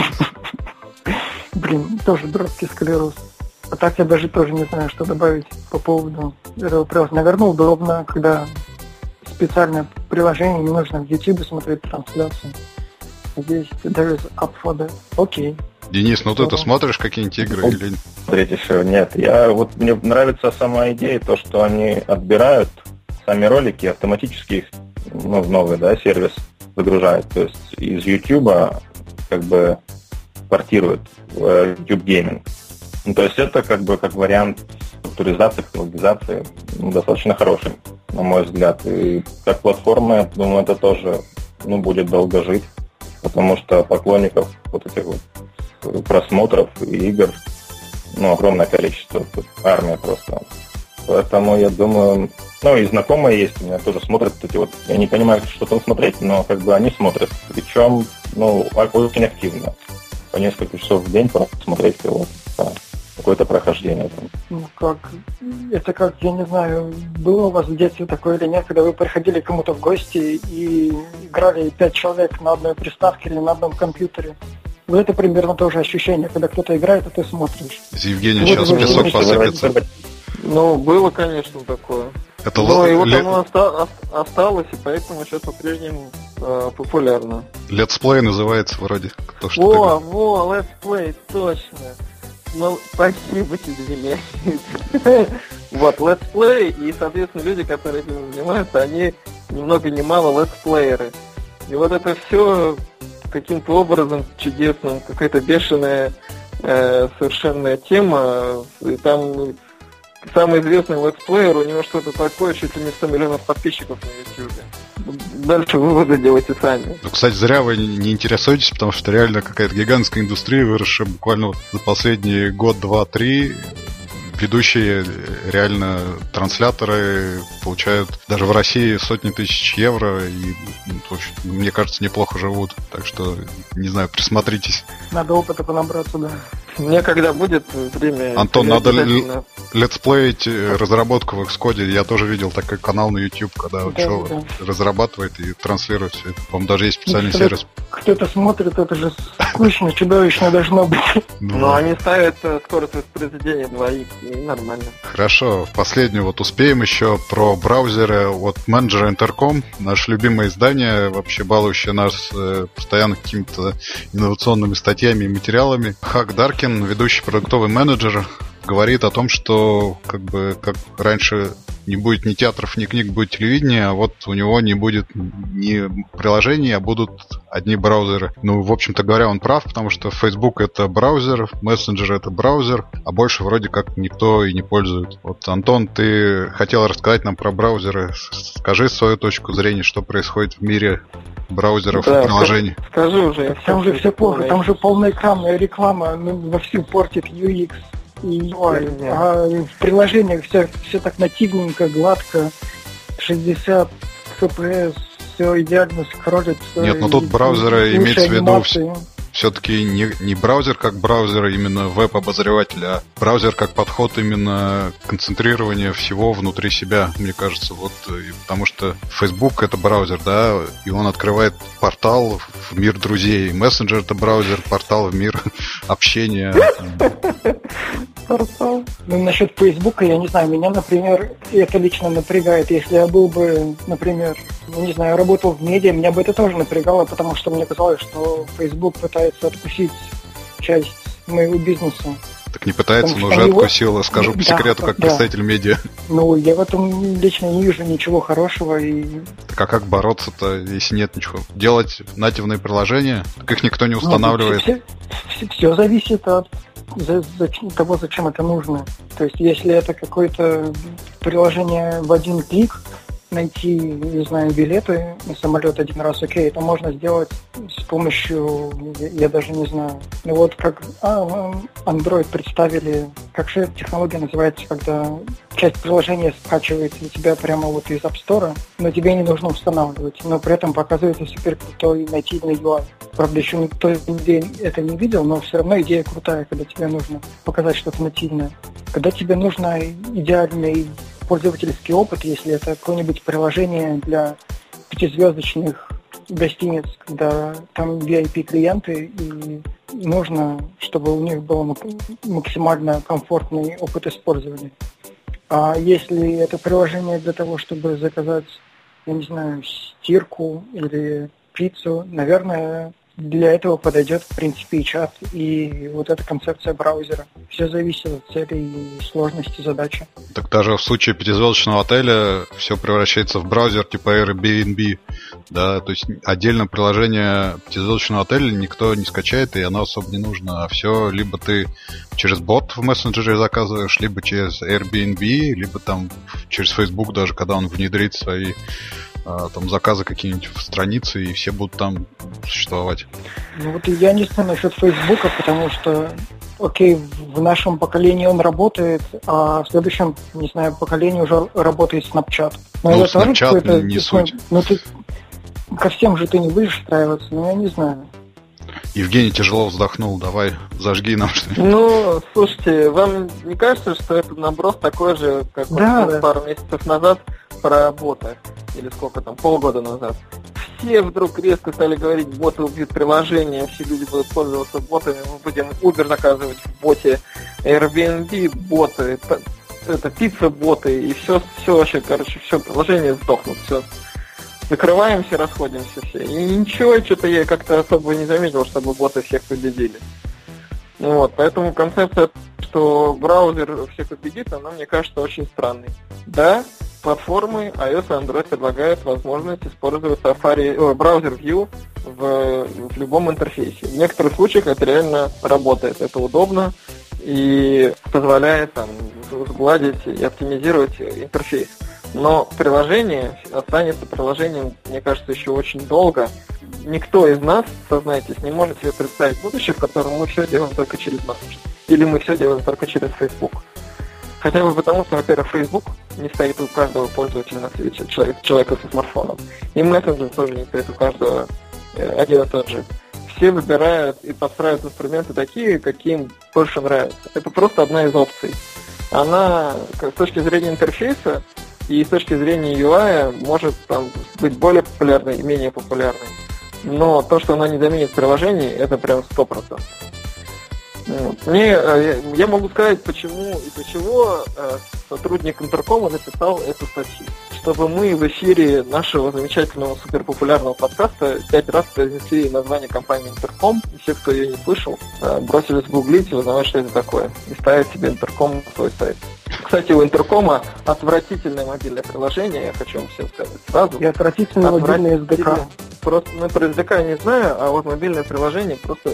Блин, тоже дурацкий склероз. А так я даже тоже не знаю, что добавить по поводу этого приложения. Наверное, удобно, когда специальное приложение, не нужно в YouTube смотреть трансляцию. Здесь there is up for that. Окей. Денис, ты смотришь какие-нибудь игры или нет? Смотреть еще нет. Мне нравится сама идея, то, что они отбирают сами ролики, автоматически их в новый сервис загружают. То есть из YouTube как бы портируют в YouTube Gaming. То есть это как вариант структуризации, технологизации достаточно хороший, на мой взгляд. И как платформа, я думаю, это тоже будет долго жить, потому что поклонников вот этих просмотров и игр огромное количество, армия просто. Поэтому я думаю, и знакомые есть, у меня тоже смотрят эти я не понимаю, что там смотреть, но они смотрят, причем очень активно, по несколько часов в день просто смотреть кого-то. какое-то прохождение там. Ну как, это как, я не знаю, было у вас в детстве такое или нет, когда вы приходили к кому-то в гости и играли 5 человек на одной приставке или на одном компьютере. Вот это примерно то же ощущение, когда кто-то играет, а ты смотришь. Евгений, сейчас песок посыпется. Ну, было, конечно, такое. Это но и вот оно осталось, и поэтому сейчас по-прежнему популярно. Летсплей называется вроде. То, что во, летсплей, точно. Ну, спасибо тебе, Илья. Вот, летсплей, и, соответственно, люди, которые этим занимаются, они ни много ни мало летсплееры. И вот это все каким-то образом чудесным, какая-то бешеная совершенная тема. И там самый известный летсплеер, у него что-то такое, чуть ли не 100 миллионов подписчиков на YouTube. Дальше выводы делайте сами. Ну, кстати, зря вы не интересуетесь, потому что реально какая-то гигантская индустрия, выросшая буквально вот за последние год, два, три. Ведущие реально трансляторы получают даже в России сотни тысяч евро и, в общем, мне кажется, неплохо живут. Так что, не знаю, присмотритесь. Надо опыта понабраться, да. Мне когда будет время... Антон, надо летсплеить разработку в Xcode. Я тоже видел такой канал на YouTube, когда человек разрабатывает и транслирует все это. По-моему, даже есть специальный сервис. Кто-то смотрит, это же скучно, чудовищно должно быть. Но они ставят скорость воспроизведения 2х, и нормально. Хорошо, последнюю вот успеем еще про браузеры от Manager Intercom. Наше любимое издание, вообще балующее нас постоянно какими-то инновационными статьями и материалами. Хак Даркин, ведущий продуктовый менеджер, говорит о том, что как раньше не будет ни театров, ни книг, будет телевидение, а вот у него не будет ни приложений, а будут одни браузеры. Ну, в общем-то говоря, он прав, потому что Facebook — это браузер, Messenger — это браузер, а больше вроде как никто и не пользует. Вот, Антон, ты хотел рассказать нам про браузеры. Скажи свою точку зрения, что происходит в мире браузеров и приложений. Скажи уже. Там же все плохо, там же полноэкранная реклама, вовсю портит UX. И в приложениях все так нативненько, гладко, 60 FPS, все идеально скроллится. Нет, но тут браузеры имеется в виду все-таки не браузер как браузер, именно веб-обозреватель, а браузер как подход именно концентрирования всего внутри себя, мне кажется. Вот, потому что Facebook — это браузер, да, и он открывает портал в мир друзей. Messenger — это браузер, портал в мир общения. Ну, насчет Фейсбука, я не знаю, меня, например, это лично напрягает. Если я был бы, например, не знаю, работал в медиа, меня бы это тоже напрягало, потому что мне казалось, что Facebook пытается откусить часть моего бизнеса. Так не пытается, но уже откусил, скажу по секрету, как представитель медиа. Ну, я в этом лично не вижу ничего хорошего. Так а как бороться-то, если нет ничего? Делать нативные приложения? Так их никто не устанавливает. Все зависит от того, зачем это нужно. То есть, если это какое-то приложение в один клик, найти, не знаю, билеты на самолет один раз, окей, это можно сделать с помощью, я даже не знаю. Ну вот как Android представили, как же технология называется, когда часть приложения скачивается у тебя прямо вот из App Store, но тебе не нужно устанавливать, но при этом показывается супер крутой нативный UI. Правда, еще никто это не видел, но все равно идея крутая, когда тебе нужно показать что-то нативное. Когда тебе нужно идеальный пользовательский опыт, если это какое-нибудь приложение для 5-звездочных гостиниц, когда там VIP-клиенты, и нужно, чтобы у них был максимально комфортный опыт использования. А если это приложение для того, чтобы заказать, я не знаю, стирку или пиццу, наверное, для этого подойдет, в принципе, и чат, и вот эта концепция браузера. Все зависит от цели и сложности задачи. Так даже в случае 5-звездочного отеля все превращается в браузер типа Airbnb. Да, то есть отдельно приложение 5-звездочного отеля никто не скачает, и оно особо не нужно. А все либо ты через бот в мессенджере заказываешь, либо через Airbnb, либо там через Facebook даже, когда он внедрит свои там заказы какие-нибудь в странице, и все будут там существовать. Ну вот я не знаю насчет Фейсбука, потому что, окей, в нашем поколении он работает, а в следующем, не знаю, поколении уже работает Snapchat. Но ну, Snapchat не суть. Ну ты ко всем же ты не будешь встраиваться, но я не знаю. Евгений тяжело вздохнул, давай зажги нам что-нибудь. Ну, слушайте, вам не кажется, что это наброс такой же, как пару месяцев назад про бота? Или сколько там, полгода назад? Все вдруг резко стали говорить, боты убьют приложение, все люди будут пользоваться ботами, мы будем Uber заказывать в боте, Airbnb боты, это пицца-боты, и все вообще, все приложения сдохнут, все. Закрываемся, расходимся все. И ничего, что-то я как-то особо не заметил, чтобы боты всех победили. Вот, поэтому концепция, что браузер всех победит, она, мне кажется, очень странной. Да, платформы iOS и Android предлагают возможность использовать браузер View в любом интерфейсе. В некоторых случаях это реально работает, это удобно и позволяет там сгладить и оптимизировать интерфейс. Но приложение останется приложением, мне кажется, еще очень долго. Никто из нас, сознайтесь, не может себе представить будущее, в котором мы все делаем только через мессенджер. Или мы все делаем только через Facebook. Хотя бы потому, что, во-первых, Facebook не стоит у каждого пользователя на свете, человека со смартфоном. И мессенджер тоже не стоит у каждого один и тот же. Все выбирают и подстраивают инструменты такие, какие им больше нравятся. Это просто одна из опций. Она, с точки зрения интерфейса и с точки зрения UI, может там быть более популярной и менее популярной. Но то, что она не заменит приложение, это прям 100%. Я могу сказать, почему и для чего сотрудник Интеркома написал эту статью. Чтобы мы в эфире нашего замечательного суперпопулярного подкаста 5 раз произнесли название компании Интерком, и все, кто ее не слышал, бросились гуглить и узнавать, что это такое, и ставить себе Интерком на свой сайт. Кстати, у Интеркома отвратительное мобильное приложение, я хочу вам всем сказать сразу. И отвратительное мобильное SDK. Просто, про SDK не знаю, а вот мобильное приложение просто...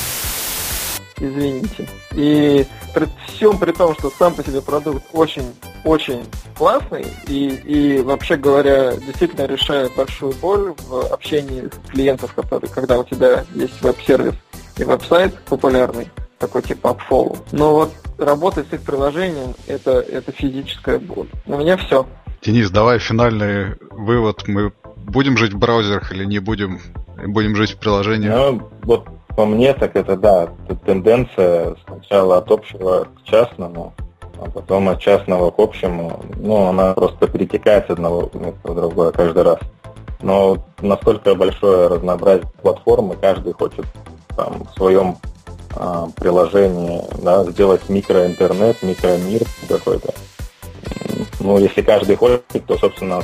Извините. И при всем при том, что сам по себе продукт очень-очень классный и вообще говоря, действительно решает большую боль в общении с клиентов, когда у тебя есть веб-сервис и веб-сайт популярный, такой типа AppFollow. Но вот работать с их приложением это физическая боль. У меня все. Денис, давай финальный вывод. Мы будем жить в браузерах или не будем? Будем жить в приложениях? Ну, вот по мне, так это да, тенденция сначала от общего к частному, а потом от частного к общему. Ну, она просто перетекает с одного места в другое каждый раз. Но настолько большое разнообразие платформ, и каждый хочет там в своем приложении, да, сделать микроинтернет, микромир какой-то. Ну, если каждый хочет, то, собственно,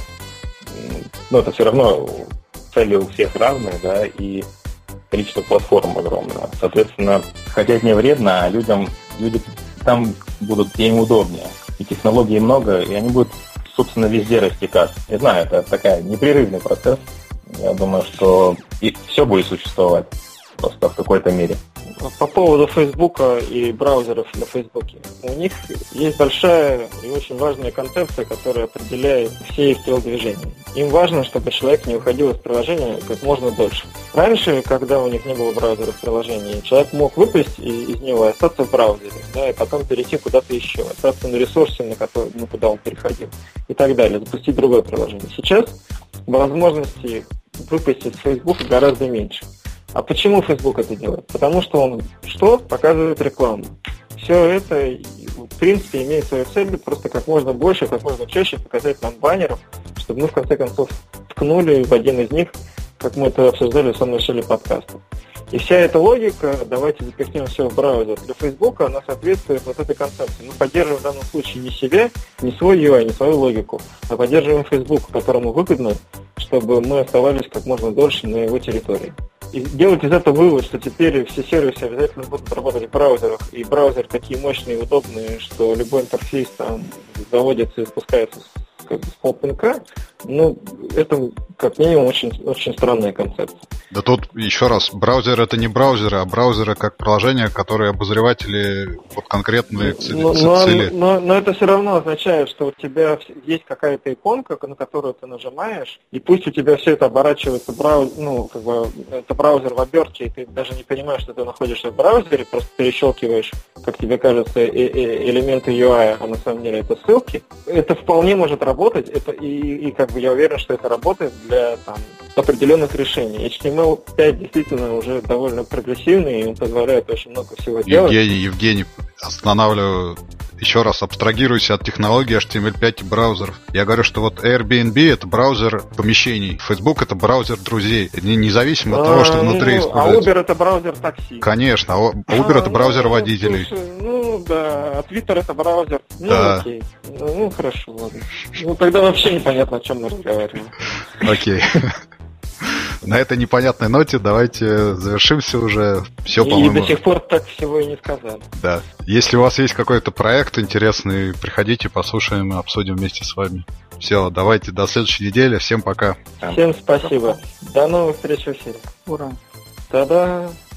ну, это все равно цели у всех разные, да, и количество платформ огромное. Соответственно, хотеть не вредно, а люди там будут, где им удобнее. И технологий много, и они будут, собственно, везде растекаться. Не знаю, это такой непрерывный процесс. Я думаю, что и все будет существовать просто в какой-то мере. По поводу Фейсбука и браузеров на Фейсбуке. У них есть большая и очень важная концепция, которая определяет все их телодвижения. Им важно, чтобы человек не уходил из приложения как можно дольше. Раньше, когда у них не было браузера в приложении, человек мог выпасть из него и остаться в браузере, да, и потом перейти куда-то еще, остаться на ресурсе, куда он переходил, и так далее, запустить другое приложение. Сейчас возможности выпасть из Фейсбука гораздо меньше. А почему Facebook это делает? Потому что он показывает рекламу. Все это, в принципе, имеет свою цель просто как можно больше, как можно чаще показать нам баннеров, чтобы мы, в конце концов, ткнули в один из них, как мы это обсуждали в самом начале подкаста. И вся эта логика, давайте запихнем все в браузер для Facebook, она соответствует вот этой концепции. Мы поддерживаем в данном случае не себя, не свой UI, не свою логику, а поддерживаем Facebook, которому выгодно, чтобы мы оставались как можно дольше на его территории. И делать из этого вывод, что теперь все сервисы обязательно будут работать в браузерах, и браузеры такие мощные и удобные, что любой интерфейс там заводится и запускается с полпинка, ну, это как минимум очень, очень странная концепция. Да тут еще раз, браузер это не браузеры, а браузеры как приложения, которые обозреватели под конкретные цели. Но это все равно означает, что у тебя есть какая-то иконка, на которую ты нажимаешь, и пусть у тебя все это оборачивается это браузер в обертке, и ты даже не понимаешь, что ты находишься в браузере, просто перещелкиваешь, как тебе кажется, элементы UI, а на самом деле это ссылки. Это вполне может работать работать, это и как бы я уверен, что это работает для там определенных решений. HTML5 действительно уже довольно прогрессивный, и он позволяет очень много всего делать. Евгений, останавливаю. Еще раз абстрагируйся от технологии HTML5 и браузеров. Я говорю, что вот Airbnb — это браузер помещений, Facebook — это браузер друзей, независимо от того, что внутри используется. А Uber — это браузер такси. Конечно, а Uber — это браузер водителей. Слушай, да, а Twitter — это браузер. Да. Окей. Хорошо, ладно. Тогда вообще непонятно, о чем мы разговариваем. Окей. На этой непонятной ноте давайте завершимся уже. Все, и по-моему. до сих пор так всего и не сказали. Да. Если у вас есть какой-то проект интересный, приходите, послушаем и обсудим вместе с вами. Все, давайте до следующей недели. Всем пока. Всем спасибо. До новых встреч в эфире. Ура. Та-да.